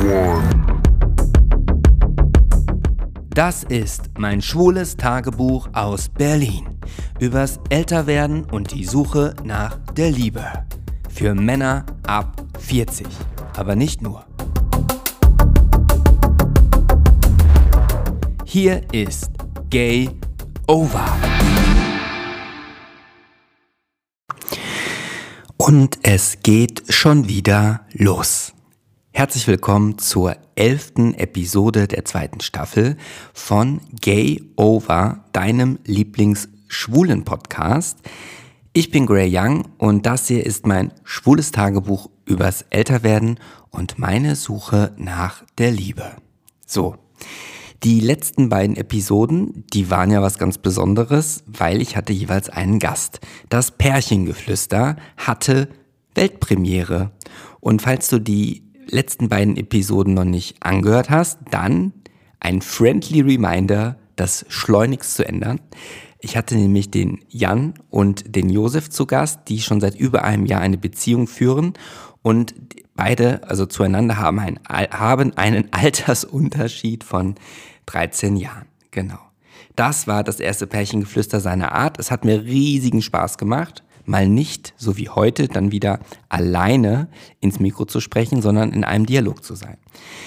Das ist mein schwules Tagebuch aus Berlin. Übers Älterwerden und die Suche nach der Liebe. Für Männer ab 40. Aber nicht nur. Hier ist Gay Over. Und es geht schon wieder los. Herzlich willkommen zur 11. Episode der 2. Staffel von Gay Over, deinem Lieblings-Schwulen-Podcast. Ich bin Gray Young und das hier ist mein schwules Tagebuch übers Älterwerden und meine Suche nach der Liebe. So, die letzten beiden Episoden, die waren ja was ganz Besonderes, weil ich hatte jeweils einen Gast. Das Pärchengeflüster hatte Weltpremiere. Und falls du die letzten beiden Episoden noch nicht angehört hast, dann ein friendly Reminder, das schleunigst zu ändern. Ich hatte nämlich den Jan und den Josef zu Gast, die schon seit über einem Jahr eine Beziehung führen und beide, also zueinander, haben einen Altersunterschied von 13 Jahren. Genau. Das war das erste Pärchengeflüster seiner Art. Es hat mir riesigen Spaß gemacht. Mal nicht, so wie heute, dann wieder alleine ins Mikro zu sprechen, sondern in einem Dialog zu sein.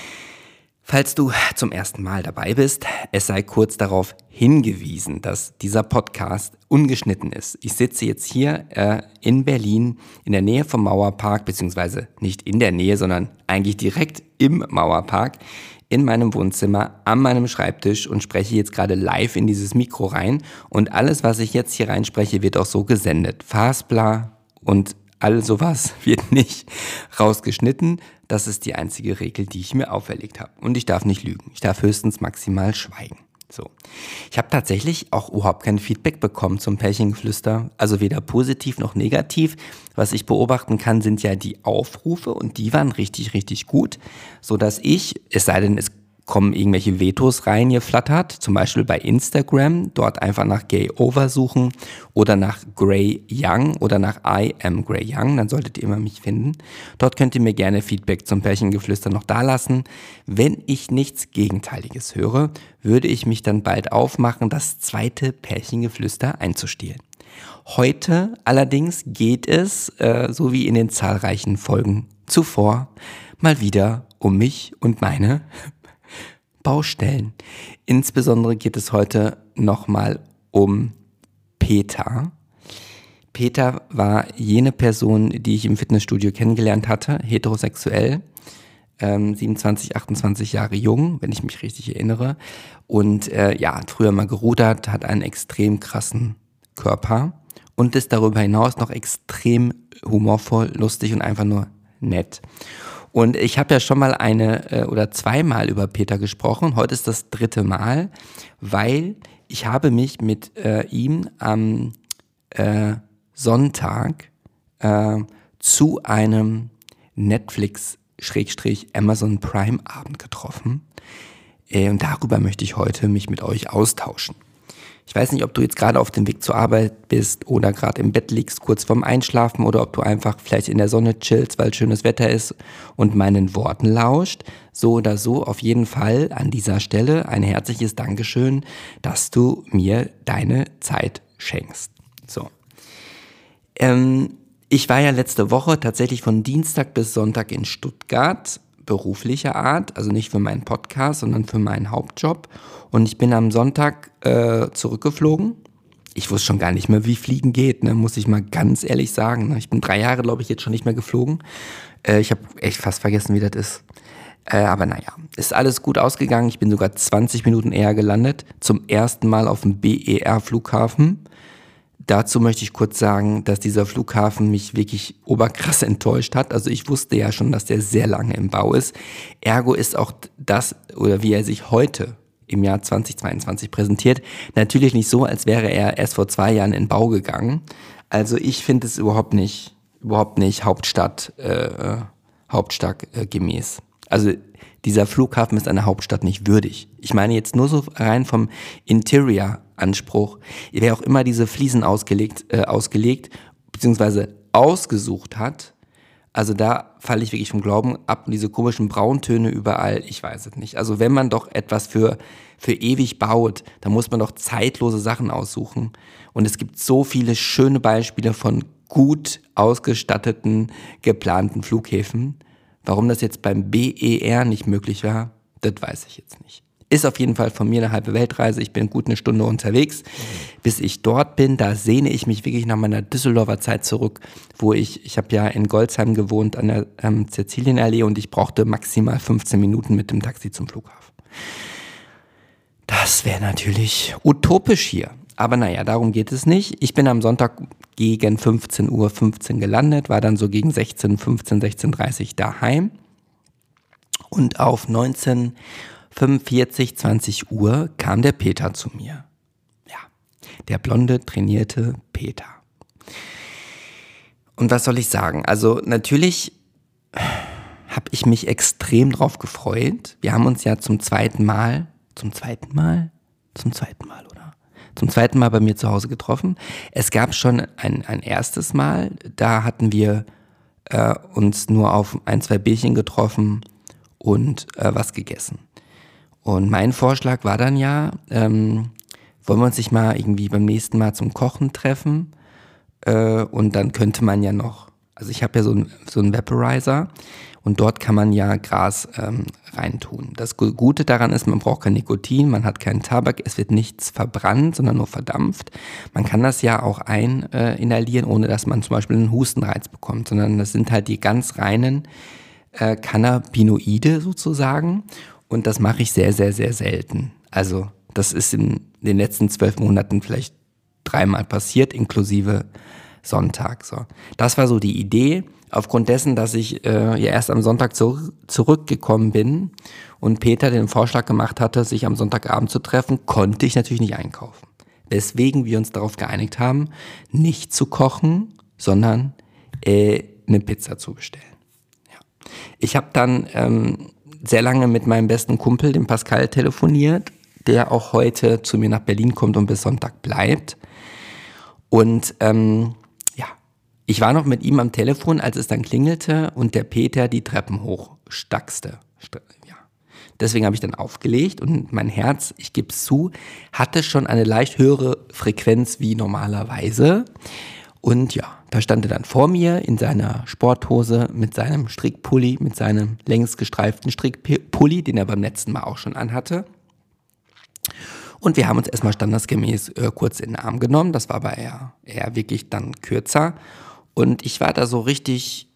Falls du zum ersten Mal dabei bist, es sei kurz darauf hingewiesen, dass dieser Podcast ungeschnitten ist. Ich sitze jetzt hier in Berlin in der Nähe vom Mauerpark, beziehungsweise nicht in der Nähe, sondern eigentlich direkt im Mauerpark, in meinem Wohnzimmer, an meinem Schreibtisch und spreche jetzt gerade live in dieses Mikro rein. Und alles, was ich jetzt hier reinspreche, wird auch so gesendet. Fastbla und all sowas wird nicht rausgeschnitten. Das ist die einzige Regel, die ich mir auferlegt habe. Und ich darf nicht lügen. Ich darf höchstens maximal schweigen. So. Ich habe tatsächlich auch überhaupt kein Feedback bekommen zum Pärchengeflüster, also weder positiv noch negativ. Was ich beobachten kann, sind ja die Aufrufe und die waren richtig, richtig gut, sodass ich, es sei denn, es kommen irgendwelche Vetos reingeflattert, zum Beispiel bei Instagram, dort einfach nach Gay Over suchen oder nach Gray Young oder nach I am Gray Young, dann solltet ihr immer mich finden. Dort könnt ihr mir gerne Feedback zum Pärchengeflüster noch dalassen. Wenn ich nichts Gegenteiliges höre, würde ich mich dann bald aufmachen, das zweite Pärchengeflüster einzustehlen. Heute allerdings geht es, so wie in den zahlreichen Folgen zuvor, mal wieder um mich und meine Baustellen. Insbesondere geht es heute nochmal um Peter. Peter war jene Person, die ich im Fitnessstudio kennengelernt hatte, heterosexuell, 27, 28 Jahre jung, wenn ich mich richtig erinnere. Und hat früher mal gerudert, hat einen extrem krassen Körper und ist darüber hinaus noch extrem humorvoll, lustig und einfach nur nett. Und ich habe ja schon mal oder zweimal über Peter gesprochen. Heute ist das 3. Mal, weil ich habe mich mit ihm am Sonntag zu einem Netflix/Amazon Prime Abend getroffen. Und darüber möchte ich heute mich mit euch austauschen. Ich weiß nicht, ob du jetzt gerade auf dem Weg zur Arbeit bist oder gerade im Bett liegst, kurz vorm Einschlafen oder ob du einfach vielleicht in der Sonne chillst, weil schönes Wetter ist und meinen Worten lauscht. So oder so, auf jeden Fall an dieser Stelle ein herzliches Dankeschön, dass du mir deine Zeit schenkst. So. Ich war ja letzte Woche tatsächlich von Dienstag bis Sonntag in Stuttgart, beruflicher Art, also nicht für meinen Podcast, sondern für meinen Hauptjob. Und ich bin am Sonntag zurückgeflogen. Ich wusste schon gar nicht mehr, wie Fliegen geht, ne, muss ich mal ganz ehrlich sagen. Ne. Ich bin 3 Jahre, glaube ich, jetzt schon nicht mehr geflogen. Ich habe echt fast vergessen, wie das ist. Aber naja, ist alles gut ausgegangen. Ich bin sogar 20 Minuten eher gelandet. Zum ersten Mal auf dem BER-Flughafen. Dazu möchte ich kurz sagen, dass dieser Flughafen mich wirklich oberkrass enttäuscht hat. Also ich wusste ja schon, dass der sehr lange im Bau ist. Ergo ist auch das, oder wie er sich heute im Jahr 2022 präsentiert, natürlich nicht so, als wäre er erst vor 2 Jahren in Bau gegangen. Also ich finde es überhaupt nicht Hauptstadt gemäß. Also dieser Flughafen ist einer Hauptstadt nicht würdig. Ich meine jetzt nur so rein vom Interior-Anspruch. Wer auch immer diese Fliesen ausgelegt bzw. ausgesucht hat, Also da falle ich wirklich vom Glauben ab und diese komischen Brauntöne überall, ich weiß es nicht. Also wenn man doch etwas für ewig baut, dann muss man doch zeitlose Sachen aussuchen. Und es gibt so viele schöne Beispiele von gut ausgestatteten, geplanten Flughäfen. Warum das jetzt beim BER nicht möglich war, das weiß ich jetzt nicht. Ist auf jeden Fall von mir eine halbe Weltreise. Ich bin gut eine Stunde unterwegs. Bis ich dort bin, da sehne ich mich wirklich nach meiner Düsseldorfer Zeit zurück, wo ich habe ja in Golzheim gewohnt an der Cäcilienallee und ich brauchte maximal 15 Minuten mit dem Taxi zum Flughafen. Das wäre natürlich utopisch hier. Aber naja, darum geht es nicht. Ich bin am Sonntag gegen 15:15 Uhr gelandet, war dann so gegen 16:15, 16:30 daheim. Und auf 19:45, 20 Uhr kam der Peter zu mir. Ja, der blonde, trainierte Peter. Und was soll ich sagen? Also natürlich habe ich mich extrem drauf gefreut. Wir haben uns ja zum zweiten Mal bei mir zu Hause getroffen. Es gab schon ein erstes Mal, da hatten wir uns nur auf 1, 2 Bierchen getroffen und was gegessen. Und mein Vorschlag war dann ja, wollen wir uns nicht mal irgendwie beim nächsten Mal zum Kochen treffen? Und dann könnte man ja noch, also ich habe ja so einen Vaporizer und dort kann man ja Gras reintun. Das Gute daran ist, man braucht kein Nikotin, man hat keinen Tabak, es wird nichts verbrannt, sondern nur verdampft. Man kann das ja auch inhalieren, ohne dass man zum Beispiel einen Hustenreiz bekommt, sondern das sind halt die ganz reinen Cannabinoide sozusagen. Und das mache ich sehr, sehr, sehr selten. Also das ist in den letzten 12 Monaten vielleicht 3-mal passiert, inklusive Sonntag. So. Das war so die Idee. Aufgrund dessen, dass ich ja erst am Sonntag zurückgekommen bin und Peter den Vorschlag gemacht hatte, sich am Sonntagabend zu treffen, konnte ich natürlich nicht einkaufen. Weswegen wir uns darauf geeinigt haben, nicht zu kochen, sondern eine Pizza zu bestellen. Ja. Ich habe dann sehr lange mit meinem besten Kumpel, dem Pascal, telefoniert, der auch heute zu mir nach Berlin kommt und bis Sonntag bleibt. Und ich war noch mit ihm am Telefon, als es dann klingelte und der Peter die Treppen hochstackste. Ja. Deswegen habe ich dann aufgelegt und mein Herz, ich gebe es zu, hatte schon eine leicht höhere Frequenz wie normalerweise. Und ja, da stand er dann vor mir in seiner Sporthose mit seinem Strickpulli, mit seinem längs gestreiften Strickpulli, den er beim letzten Mal auch schon anhatte. Und wir haben uns erstmal standesgemäß kurz in den Arm genommen. Das war aber eher wirklich dann kürzer. Und ich war da so richtig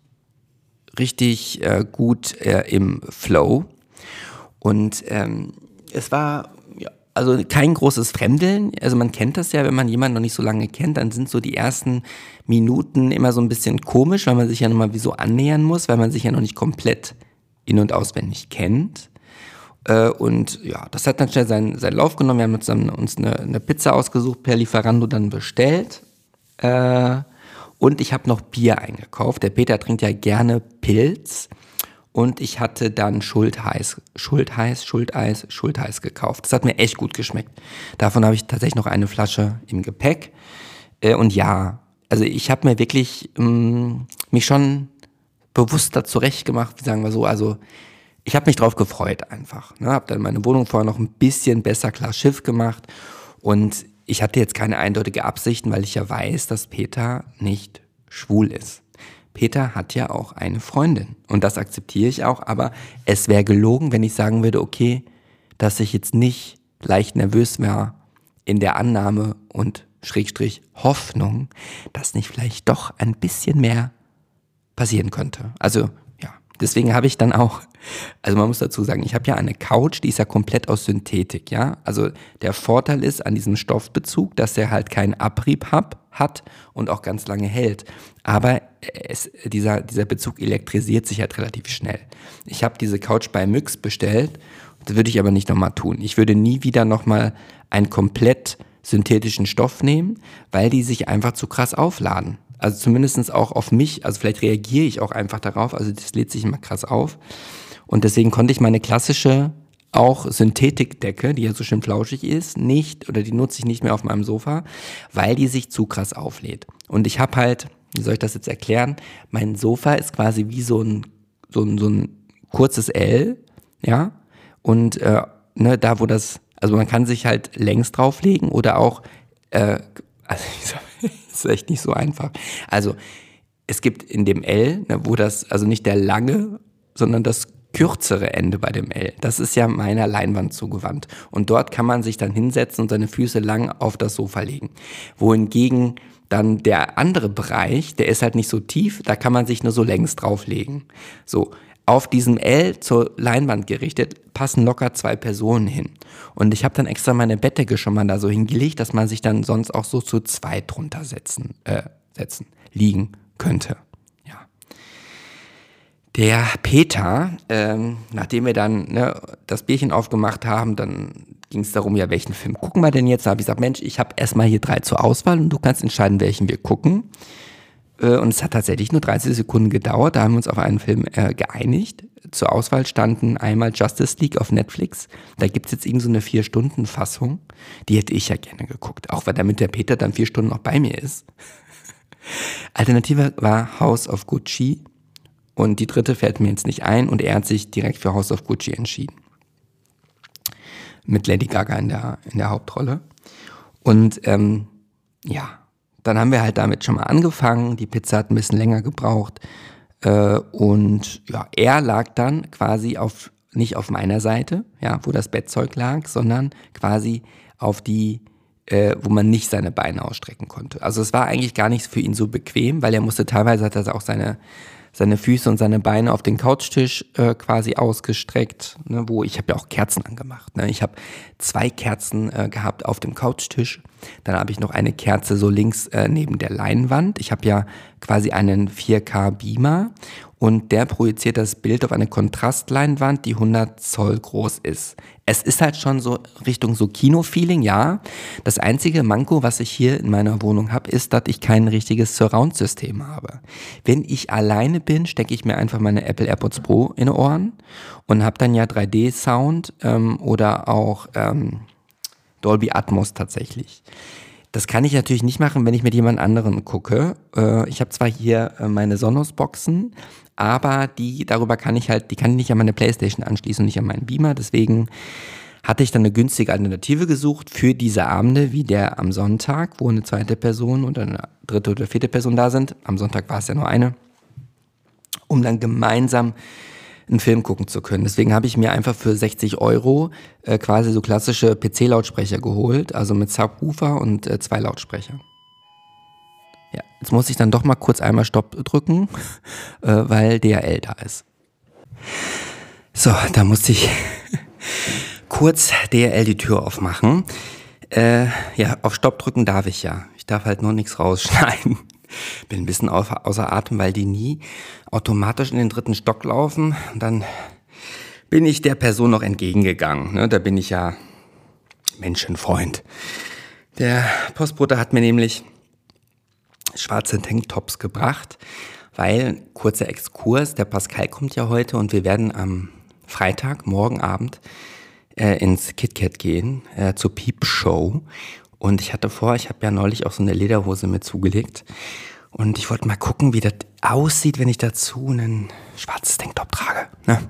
gut im Flow. Und es war also kein großes Fremdeln. Also man kennt das ja, wenn man jemanden noch nicht so lange kennt, dann sind so die ersten Minuten immer so ein bisschen komisch, weil man sich ja nochmal wie so annähern muss, weil man sich ja noch nicht komplett in- und auswendig kennt. Und ja, das hat dann schnell seinen Lauf genommen. Wir haben uns eine Pizza ausgesucht, per Lieferando dann bestellt. Und ich habe noch Bier eingekauft. Der Peter trinkt ja gerne Pilz. Und ich hatte dann Schultheiß gekauft. Das hat mir echt gut geschmeckt. Davon habe ich tatsächlich noch eine Flasche im Gepäck. Und ja, also ich habe mir wirklich mich schon bewusster zurechtgemacht, wie sagen wir so. Also ich habe mich drauf gefreut einfach. Ne? Habe dann meine Wohnung vorher noch ein bisschen besser klar Schiff gemacht. Und ich hatte jetzt keine eindeutige Absichten, weil ich ja weiß, dass Peter nicht schwul ist. Peter hat ja auch eine Freundin und das akzeptiere ich auch, aber es wäre gelogen, wenn ich sagen würde, okay, dass ich jetzt nicht leicht nervös war in der Annahme und Schrägstrich Hoffnung, dass nicht vielleicht doch ein bisschen mehr passieren könnte. Also ja, deswegen habe ich dann auch, also man muss dazu sagen, ich habe ja eine Couch, die ist ja komplett aus Synthetik, ja. Also der Vorteil ist an diesem Stoffbezug, dass er halt keinen Abrieb hat und auch ganz lange hält. Aber dieser Bezug elektrisiert sich halt relativ schnell. Ich habe diese Couch bei Myx bestellt, das würde ich aber nicht nochmal tun. Ich würde nie wieder nochmal einen komplett synthetischen Stoff nehmen, weil die sich einfach zu krass aufladen. Also zumindest auch auf mich, also vielleicht reagiere ich auch einfach darauf, also das lädt sich immer krass auf. Und deswegen konnte ich meine klassische auch Synthetikdecke, die ja so schön flauschig ist, die nutze ich nicht mehr auf meinem Sofa, weil die sich zu krass auflädt. Und ich habe halt wie soll ich das jetzt erklären? Mein Sofa ist quasi wie so ein kurzes L, ja, und da wo also man kann sich halt längs drauflegen oder auch, also ist echt nicht so einfach. Also es gibt in dem L, ne, also nicht der lange, sondern das kürzere Ende bei dem L. Das ist ja meiner Leinwand zugewandt. Und dort kann man sich dann hinsetzen und seine Füße lang auf das Sofa legen. Wohingegen dann der andere Bereich, der ist halt nicht so tief, da kann man sich nur so längs drauflegen. So, auf diesem L zur Leinwand gerichtet, passen locker 2 Personen hin. Und ich habe dann extra meine Bettdecke schon mal da so hingelegt, dass man sich dann sonst auch so zu zweit drunter liegen könnte. Ja. Der Peter, nachdem wir dann das Bierchen aufgemacht haben, dann ging es darum, ja, welchen Film gucken wir denn jetzt? Da habe ich gesagt, Mensch, ich habe erstmal hier 3 zur Auswahl und du kannst entscheiden, welchen wir gucken. Und es hat tatsächlich nur 30 Sekunden gedauert, da haben wir uns auf einen Film geeinigt. Zur Auswahl standen einmal Justice League auf Netflix. Da gibt es jetzt irgend so eine 4-Stunden-Fassung. Die hätte ich ja gerne geguckt, auch weil damit der Peter dann 4 Stunden noch bei mir ist. Alternative war House of Gucci und die dritte fällt mir jetzt nicht ein und er hat sich direkt für House of Gucci entschieden. Mit Lady Gaga in der Hauptrolle. Und dann haben wir halt damit schon mal angefangen. Die Pizza hat ein bisschen länger gebraucht. Und ja, er lag dann quasi nicht auf meiner Seite, ja, wo das Bettzeug lag, sondern quasi auf die, wo man nicht seine Beine ausstrecken konnte. Also es war eigentlich gar nicht für ihn so bequem, weil teilweise hat er auch seine Füße und seine Beine auf den Couchtisch quasi ausgestreckt, ne, ich habe ja auch Kerzen angemacht. Ne? Ich habe 2 Kerzen gehabt auf dem Couchtisch. Dann habe ich noch eine Kerze so links neben der Leinwand. Ich habe ja quasi einen 4K-Beamer und der projiziert das Bild auf eine Kontrastleinwand, die 100 Zoll groß ist. Es ist halt schon so Richtung so Kino-Feeling, ja. Das einzige Manko, was ich hier in meiner Wohnung habe, ist, dass ich kein richtiges Surround-System habe. Wenn ich alleine bin, stecke ich mir einfach meine Apple AirPods Pro in die Ohren und habe dann ja 3D-Sound oder auch Dolby Atmos tatsächlich. Das kann ich natürlich nicht machen, wenn ich mit jemand anderen gucke. Ich habe zwar hier meine Sonos-Boxen, aber die kann ich nicht an meine Playstation anschließen und nicht an meinen Beamer. Deswegen hatte ich dann eine günstige Alternative gesucht für diese Abende, wie der am Sonntag, wo eine zweite Person oder eine dritte oder vierte Person da sind. Am Sonntag war es ja nur eine, um dann gemeinsam einen Film gucken zu können. Deswegen habe ich mir einfach für 60 € quasi so klassische PC-Lautsprecher geholt, also mit Subwoofer und 2 Lautsprechern. Ja, jetzt muss ich dann doch mal kurz einmal Stopp drücken, weil DHL da ist. So, da musste ich kurz DHL die Tür aufmachen. Auf Stopp drücken darf ich ja. Ich darf halt nur nichts rausschneiden. Bin ein bisschen außer Atem, weil die nie automatisch in den 3. Stock laufen. Und dann bin ich der Person noch entgegengegangen. Ne? Da bin ich ja Menschenfreund. Der Postbote hat mir nämlich schwarze Tanktops gebracht, weil, kurzer Exkurs, der Pascal kommt ja heute und wir werden am Freitag, morgen Abend, ins KitKat gehen, zur Peep Show. Und ich habe ja neulich auch so eine Lederhose mit zugelegt. Und ich wollte mal gucken, wie das aussieht, wenn ich dazu ein schwarzes Tanktop trage. Ne?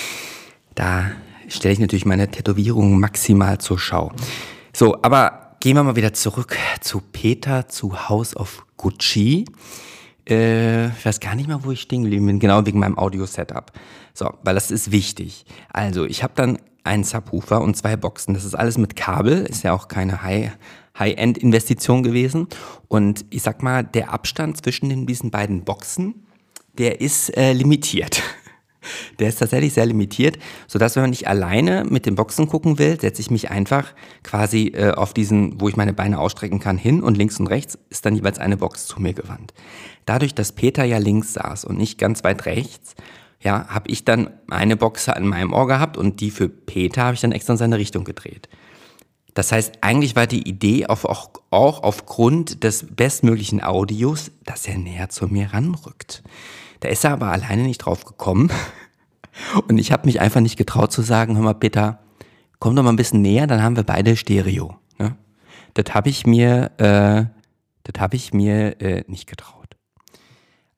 Da stelle ich natürlich meine Tätowierungen maximal zur Schau. So, aber gehen wir mal wieder zurück zu Peter, zu House of Gucci. Ich weiß gar nicht mehr, wo ich stehen geblieben bin, genau wegen meinem Audio-Setup. So, weil das ist wichtig. Also, ich habe dann einen Subwoofer und 2 Boxen. Das ist alles mit Kabel, ist ja auch keine High-End-Investition gewesen. Und ich sag mal, der Abstand zwischen diesen beiden Boxen, der ist limitiert. Der ist tatsächlich sehr limitiert, sodass, wenn man nicht alleine mit den Boxen gucken will, setze ich mich einfach quasi auf diesen, wo ich meine Beine ausstrecken kann, hin und links und rechts ist dann jeweils eine Box zu mir gewandt. Dadurch, dass Peter ja links saß und nicht ganz weit rechts, ja, habe ich dann eine Box an meinem Ohr gehabt und die für Peter habe ich dann extra in seine Richtung gedreht. Das heißt, eigentlich war die Idee auch aufgrund des bestmöglichen Audios, dass er näher zu mir ranrückt. Da ist er aber alleine nicht drauf gekommen und ich habe mich einfach nicht getraut zu sagen, hör mal Peter, komm doch mal ein bisschen näher, dann haben wir beide Stereo. Ne? Das habe ich mir nicht getraut.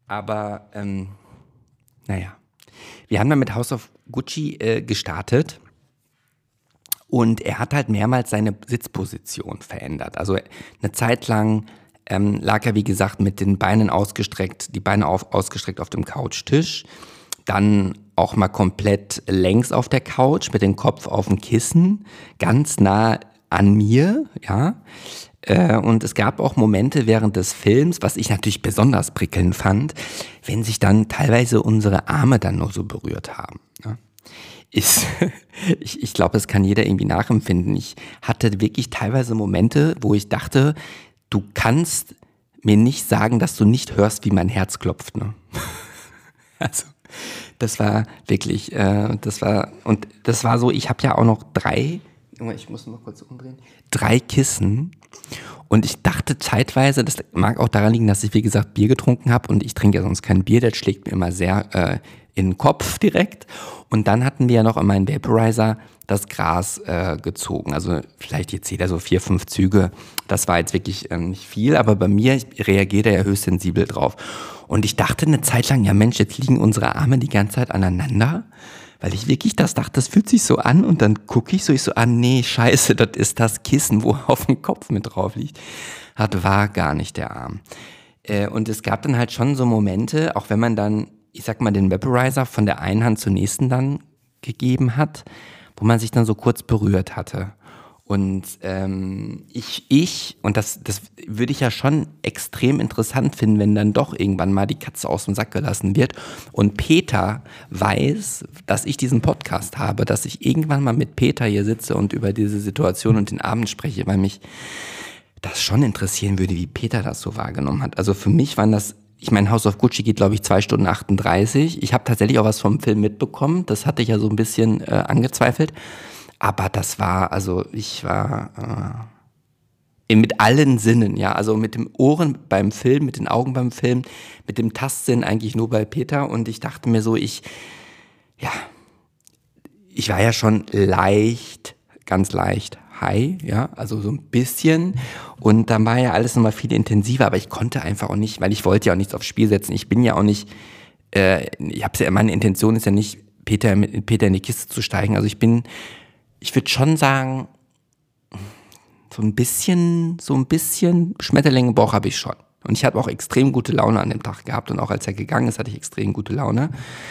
Aber, naja. Wir haben dann mit House of Gucci gestartet und er hat halt mehrmals seine Sitzposition verändert. Also eine Zeit lang lag er, wie gesagt, mit den Beinen ausgestreckt, die Beine ausgestreckt auf dem Couchtisch. Dann auch mal komplett längs auf der Couch mit dem Kopf auf dem Kissen, ganz nah an mir, ja. Und es gab auch Momente während des Films, was ich natürlich besonders prickelnd fand, wenn sich dann teilweise unsere Arme dann nur so berührt haben. Ja. Ich glaube, das kann jeder irgendwie nachempfinden. Ich hatte wirklich teilweise Momente, wo ich dachte, du kannst mir nicht sagen, dass du nicht hörst, wie mein Herz klopft. Ne? Also, das war wirklich, das war so, ich habe ja auch noch ich muss mal kurz umdrehen, 3 Kissen und ich dachte zeitweise, das mag auch daran liegen, dass ich, wie gesagt, Bier getrunken habe und ich trinke ja sonst kein Bier, das schlägt mir immer sehr in den Kopf direkt. Und dann hatten wir ja noch in meinen Vaporizer das Gras gezogen. Also vielleicht jetzt jeder so 4, 5 Züge. Das war jetzt wirklich nicht viel, aber bei mir reagiert er ja höchst sensibel drauf. Und ich dachte eine Zeit lang, ja Mensch, jetzt liegen unsere Arme die ganze Zeit aneinander. Weil ich wirklich das dachte, das fühlt sich so an und dann gucke ich so an, nee, scheiße, das ist das Kissen, wo auf dem Kopf mit drauf liegt. Das war gar nicht der Arm. Und es gab dann halt schon so Momente, auch wenn man dann, ich sag mal, den Vaporizer von der einen Hand zur nächsten dann gegeben hat, wo man sich dann so kurz berührt hatte. Und und das würde ich ja schon extrem interessant finden, wenn dann doch irgendwann mal die Katze aus dem Sack gelassen wird und Peter weiß, dass ich diesen Podcast habe, dass ich irgendwann mal mit Peter hier sitze und über diese Situation und den Abend spreche, weil mich das schon interessieren würde, wie Peter das so wahrgenommen hat. Also für mich waren das, ich meine, House of Gucci geht, glaube ich, 2 Stunden 38. Ich habe tatsächlich auch was vom Film mitbekommen, das hatte ich ja so ein bisschen angezweifelt. Aber das war, also ich war mit allen Sinnen, ja, also mit den Ohren beim Film, mit den Augen beim Film, mit dem Tastsinn eigentlich nur bei Peter und ich dachte mir so, ich war ja schon ganz leicht high, ja, also so ein bisschen und dann war ja alles nochmal viel intensiver, aber ich konnte einfach auch nicht, weil ich wollte ja auch nichts aufs Spiel setzen, ich bin ja auch nicht, meine Intention ist ja nicht, Peter in die Kiste zu steigen, also ich würde schon sagen, so ein bisschen Schmetterlinge im Bauch habe ich schon. Und ich habe auch extrem gute Laune an dem Tag gehabt und auch als er gegangen ist, hatte ich extrem gute Laune.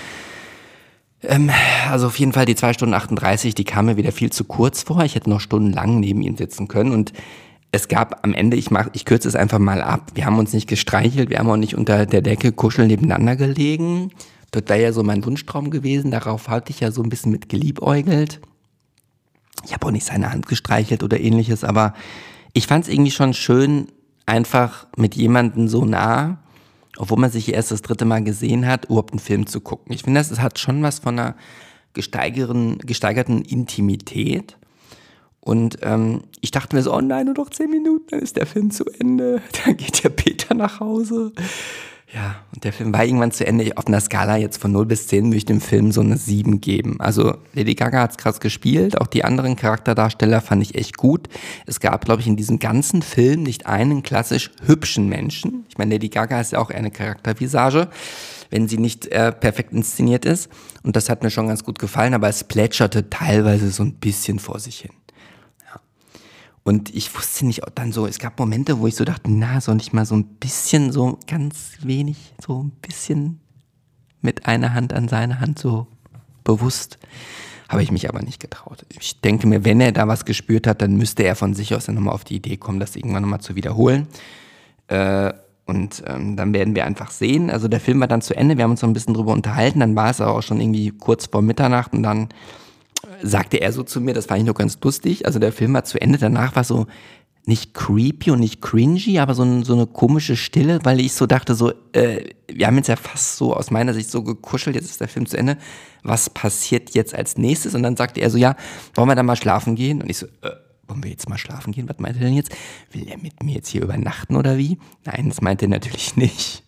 Also auf jeden Fall die 2 Stunden 38, die kamen mir wieder viel zu kurz vor. Ich hätte noch stundenlang neben ihm sitzen können und es gab am Ende, ich kürze es einfach mal ab, wir haben uns nicht gestreichelt, wir haben auch nicht unter der Decke kuscheln nebeneinander gelegen. Das wäre ja so mein Wunschtraum gewesen, darauf hatte ich ja so ein bisschen mit geliebäugelt. Ich habe auch nicht seine Hand gestreichelt oder ähnliches, aber ich fand es irgendwie schon schön, einfach mit jemandem so nah, obwohl man sich erst das 3. Mal gesehen hat, überhaupt einen Film zu gucken. Ich finde, das hat schon was von einer gesteigerten Intimität. Und ich dachte mir so, oh nein, nur noch 10 Minuten, dann ist der Film zu Ende. Dann geht der Peter nach Hause. Ja, und der Film war irgendwann zu Ende. Auf einer Skala jetzt von 0 bis 10 würde ich dem Film so eine 7 geben. Also Lady Gaga hat es krass gespielt, auch die anderen Charakterdarsteller fand ich echt gut. Es gab, glaube ich, in diesem ganzen Film nicht einen klassisch hübschen Menschen. Ich meine, Lady Gaga ist ja auch eine Charaktervisage, wenn sie nicht perfekt inszeniert ist. Und das hat mir schon ganz gut gefallen, aber es plätscherte teilweise so ein bisschen vor sich hin. Und ich wusste nicht, dann so, es gab Momente, wo ich so dachte, soll ich mal so ein bisschen, so ganz wenig, so ein bisschen mit einer Hand an seine Hand so bewusst. Habe ich mich aber nicht getraut. Ich denke mir, wenn er da was gespürt hat, dann müsste er von sich aus dann nochmal auf die Idee kommen, das irgendwann nochmal zu wiederholen. Und dann werden wir einfach sehen. Also der Film war dann zu Ende, wir haben uns noch ein bisschen drüber unterhalten, dann war es aber auch schon irgendwie kurz vor Mitternacht und dann sagte er so zu mir, das fand ich noch ganz lustig, also der Film war zu Ende, danach war so nicht creepy und nicht cringy, aber so eine komische Stille, weil ich so dachte so, wir haben jetzt ja fast so aus meiner Sicht so gekuschelt, jetzt ist der Film zu Ende, was passiert jetzt als nächstes? Und dann sagte er so, ja, wollen wir dann mal schlafen gehen? Und ich so, wollen wir jetzt mal schlafen gehen? Was meint er denn jetzt? Will er mit mir jetzt hier übernachten oder wie? Nein, das meinte er natürlich nicht.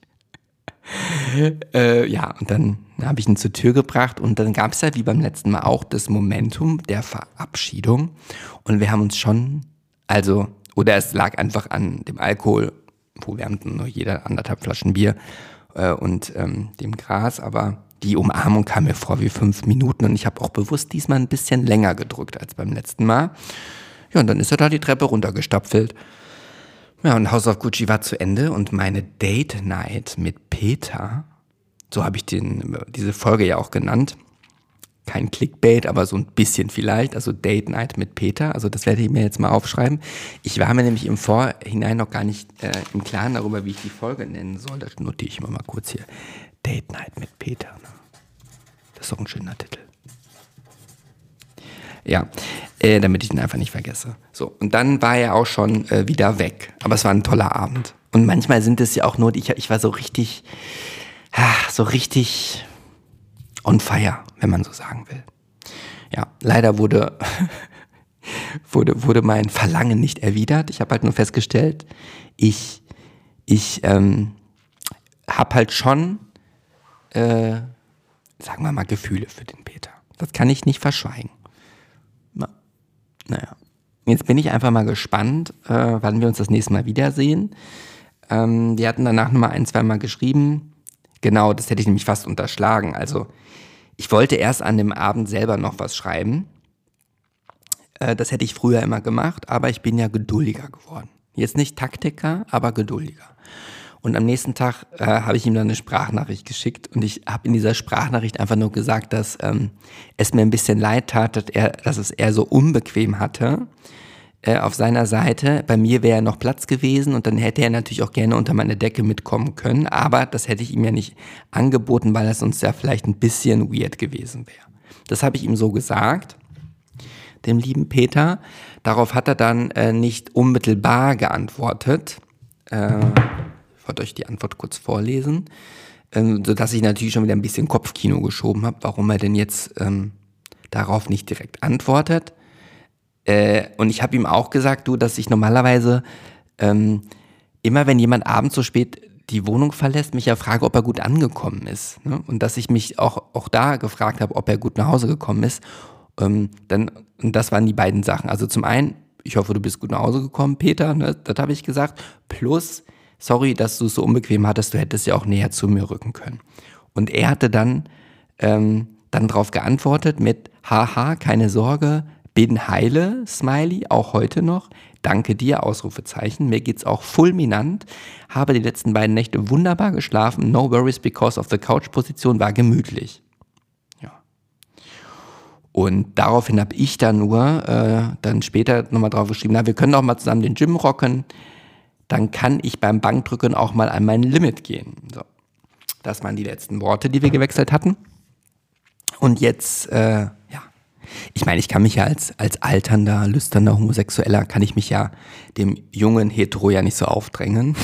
Ja, und dann habe ich ihn zur Tür gebracht und dann gab es ja wie beim letzten Mal auch das Momentum der Verabschiedung und wir haben uns schon, oder es lag einfach an dem Alkohol, wo wir haben nur jeder 1,5 Flaschen Bier und dem Gras, aber die Umarmung kam mir vor wie 5 Minuten und ich habe auch bewusst diesmal ein bisschen länger gedrückt als beim letzten Mal. Ja, und dann ist er da die Treppe runtergestapfelt. Ja, und House of Gucci war zu Ende und meine Date Night mit Peter, so habe ich diese Folge ja auch genannt, kein Clickbait, aber so ein bisschen vielleicht, also Date Night mit Peter, also das werde ich mir jetzt mal aufschreiben. Ich war mir nämlich im Vorhinein noch gar nicht im Klaren darüber, wie ich die Folge nennen soll. Das notiere ich immer mal kurz hier. Date Night mit Peter. Ne? Das ist doch ein schöner Titel. Ja, damit ich ihn einfach nicht vergesse. So, und dann war er auch schon wieder weg. Aber es war ein toller Abend. Und manchmal sind es ja auch nur, ich war so richtig on fire, wenn man so sagen will. Ja, leider wurde mein Verlangen nicht erwidert. Ich habe halt nur festgestellt, ich habe halt schon, sagen wir mal, Gefühle für den Peter. Das kann ich nicht verschweigen. Naja, jetzt bin ich einfach mal gespannt, wann wir uns das nächste Mal wiedersehen. Die hatten danach nochmal 1-2 Mal geschrieben. Genau, das hätte ich nämlich fast unterschlagen. Also ich wollte erst an dem Abend selber noch was schreiben. Das hätte ich früher immer gemacht, aber ich bin ja geduldiger geworden. Jetzt nicht Taktiker, aber geduldiger. Und am nächsten Tag habe ich ihm dann eine Sprachnachricht geschickt und ich habe in dieser Sprachnachricht einfach nur gesagt, dass es mir ein bisschen leid tat, dass es er so unbequem hatte auf seiner Seite. Bei mir wäre noch Platz gewesen und dann hätte er natürlich auch gerne unter meine Decke mitkommen können, aber das hätte ich ihm ja nicht angeboten, weil es uns ja vielleicht ein bisschen weird gewesen wäre. Das habe ich ihm so gesagt, dem lieben Peter. Darauf hat er dann nicht unmittelbar geantwortet. Ich wollte euch die Antwort kurz vorlesen, sodass ich natürlich schon wieder ein bisschen Kopfkino geschoben habe, warum er denn jetzt darauf nicht direkt antwortet. Und ich habe ihm auch gesagt, dass ich normalerweise immer, wenn jemand abends so spät die Wohnung verlässt, mich ja frage, ob er gut angekommen ist. Ne? Und dass ich mich auch da gefragt habe, ob er gut nach Hause gekommen ist. Und das waren die beiden Sachen. Also zum einen, ich hoffe, du bist gut nach Hause gekommen, Peter, ne? Das habe ich gesagt. Plus, sorry, dass du es so unbequem hattest, du hättest ja auch näher zu mir rücken können. Und er hatte dann darauf geantwortet mit, haha, keine Sorge, bin heile, Smiley, auch heute noch. Danke dir, Ausrufezeichen. Mir geht's auch fulminant. Habe die letzten beiden Nächte wunderbar geschlafen. No worries because of the Couch-Position war gemütlich. Ja. Und daraufhin habe ich dann dann später nochmal drauf geschrieben, wir können auch mal zusammen den Gym rocken. Dann kann ich beim Bankdrücken auch mal an mein Limit gehen. So. Das waren die letzten Worte, die wir gewechselt hatten. Und jetzt, ich meine, ich kann mich ja als alternder, lüsterner Homosexueller, kann ich mich ja dem jungen Hetero ja nicht so aufdrängen.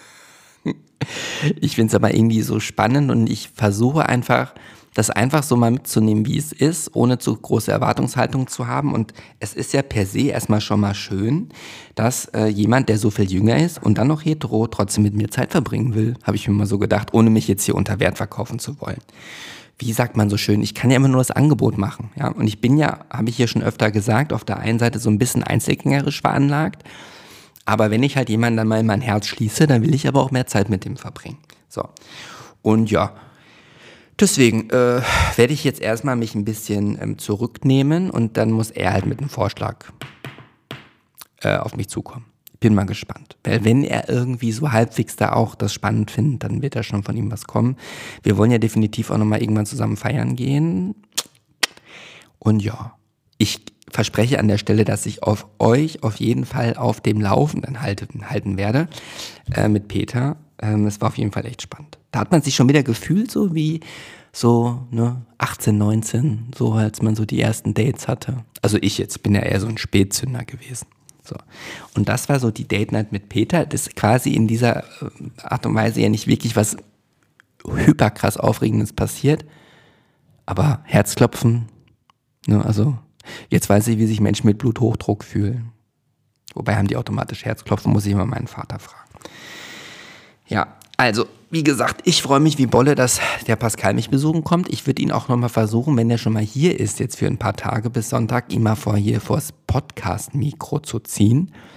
Ich finde es aber irgendwie so spannend und ich versuche einfach, das einfach so mal mitzunehmen, wie es ist, ohne zu große Erwartungshaltung zu haben. Und es ist ja per se erstmal schon mal schön, dass jemand, der so viel jünger ist und dann noch hetero, trotzdem mit mir Zeit verbringen will, habe ich mir mal so gedacht, ohne mich jetzt hier unter Wert verkaufen zu wollen. Wie sagt man so schön, ich kann ja immer nur das Angebot machen. Ja? Und ich bin ja, habe ich hier schon öfter gesagt, auf der einen Seite so ein bisschen einzelgängerisch veranlagt. Aber wenn ich halt jemanden dann mal in mein Herz schließe, dann will ich aber auch mehr Zeit mit dem verbringen. So. Und ja, deswegen werde ich jetzt erstmal mich ein bisschen zurücknehmen und dann muss er halt mit einem Vorschlag auf mich zukommen. Bin mal gespannt. Weil wenn er irgendwie so halbwegs da auch das spannend findet, dann wird da schon von ihm was kommen. Wir wollen ja definitiv auch nochmal irgendwann zusammen feiern gehen. Und ja, ich verspreche an der Stelle, dass ich euch auf jeden Fall auf dem Laufenden halten werde mit Peter. Es war auf jeden Fall echt spannend. Da hat man sich schon wieder gefühlt so wie 18, 19, so als man so die ersten Dates hatte. Also ich jetzt bin ja eher so ein Spätzünder gewesen. So. Und das war so die Date Night mit Peter. Das ist quasi in dieser Art und Weise ja nicht wirklich was hyperkrass Aufregendes passiert. Aber Herzklopfen, also jetzt weiß ich, wie sich Menschen mit Bluthochdruck fühlen. Wobei haben die automatisch Herzklopfen, muss ich immer meinen Vater fragen. Ja, also wie gesagt, ich freue mich wie Bolle, dass der Pascal mich besuchen kommt. Ich würde ihn auch nochmal versuchen, wenn er schon mal hier ist, jetzt für ein paar Tage bis Sonntag, ihn mal vors Podcast-Mikro zu ziehen.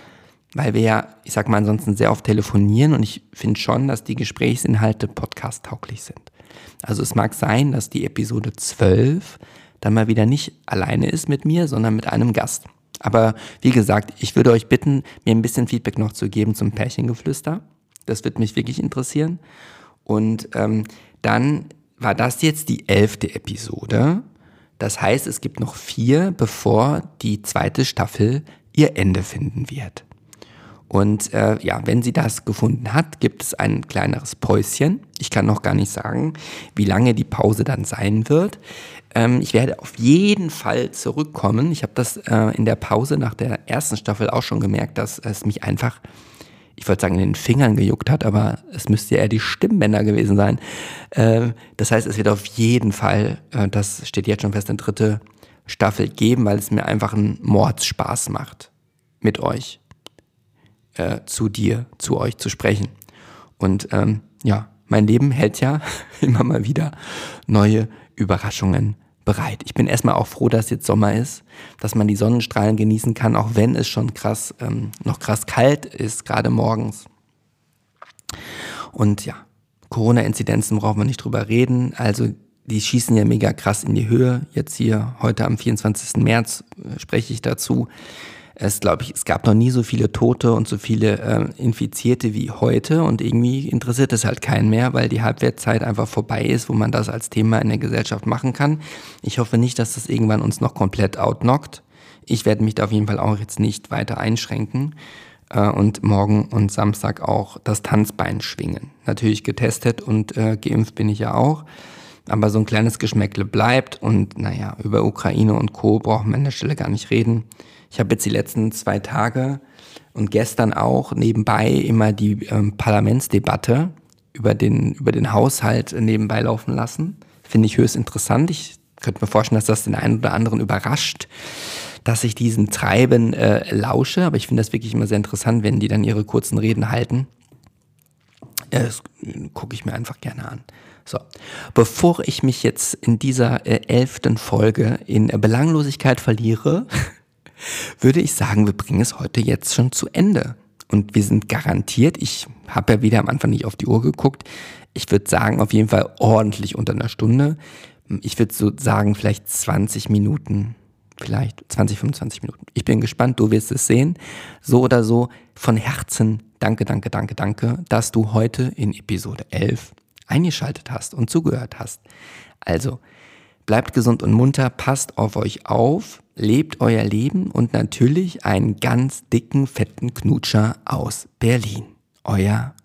weil wir ja, ich sag mal, ansonsten sehr oft telefonieren und ich finde schon, dass die Gesprächsinhalte podcast-tauglich sind. Also es mag sein, dass die Episode 12 dann mal wieder nicht alleine ist mit mir, sondern mit einem Gast. Aber wie gesagt, ich würde euch bitten, mir ein bisschen Feedback noch zu geben zum Pärchengeflüster. Das wird mich wirklich interessieren. Und dann war das jetzt die 11. Episode. Das heißt, es gibt noch 4, bevor die 2. Staffel ihr Ende finden wird. Und wenn sie das gefunden hat, gibt es ein kleineres Päuschen. Ich kann noch gar nicht sagen, wie lange die Pause dann sein wird. Ich werde auf jeden Fall zurückkommen. Ich habe das in der Pause nach der ersten Staffel auch schon gemerkt, dass es mich einfach, ich wollte sagen, in den Fingern gejuckt hat, aber es müsste ja eher die Stimmbänder gewesen sein. Das heißt, es wird auf jeden Fall, das steht jetzt schon fest, eine 3. Staffel geben, weil es mir einfach einen Mordsspaß macht, mit euch. Zu euch zu sprechen. Und mein Leben hält ja immer mal wieder neue Überraschungen bereit. Ich bin erstmal auch froh, dass jetzt Sommer ist, dass man die Sonnenstrahlen genießen kann, auch wenn es schon noch krass kalt ist, gerade morgens. Und ja, Corona-Inzidenzen brauchen wir nicht drüber reden. Also die schießen ja mega krass in die Höhe. Jetzt hier, heute am 24. März spreche ich dazu. Es gab noch nie so viele Tote und so viele Infizierte wie heute und irgendwie interessiert es halt keinen mehr, weil die Halbwertszeit einfach vorbei ist, wo man das als Thema in der Gesellschaft machen kann. Ich hoffe nicht, dass das irgendwann uns noch komplett outknockt. Ich werde mich da auf jeden Fall auch jetzt nicht weiter einschränken und morgen und Samstag auch das Tanzbein schwingen. Natürlich getestet und geimpft bin ich ja auch. Aber so ein kleines Geschmäckle bleibt und naja, über Ukraine und Co. brauchen wir an der Stelle gar nicht reden. Ich habe jetzt die letzten 2 Tage und gestern auch nebenbei immer die Parlamentsdebatte über den Haushalt nebenbei laufen lassen. Finde ich höchst interessant. Ich könnte mir vorstellen, dass das den einen oder anderen überrascht, dass ich diesen Treiben lausche. Aber ich finde das wirklich immer sehr interessant, wenn die dann ihre kurzen Reden halten. Das gucke ich mir einfach gerne an. So, bevor ich mich jetzt in dieser 11. Folge in Belanglosigkeit verliere, würde ich sagen, wir bringen es heute jetzt schon zu Ende. Und wir sind garantiert, ich habe ja wieder am Anfang nicht auf die Uhr geguckt, ich würde sagen, auf jeden Fall ordentlich unter einer Stunde. Ich würde so sagen, vielleicht 20 Minuten, vielleicht 20, 25 Minuten. Ich bin gespannt, du wirst es sehen. So oder so, von Herzen danke, dass du heute in Episode 11 eingeschaltet hast und zugehört hast. Also, bleibt gesund und munter, passt auf euch auf, lebt euer Leben und natürlich einen ganz dicken, fetten Knutscher aus Berlin. Euer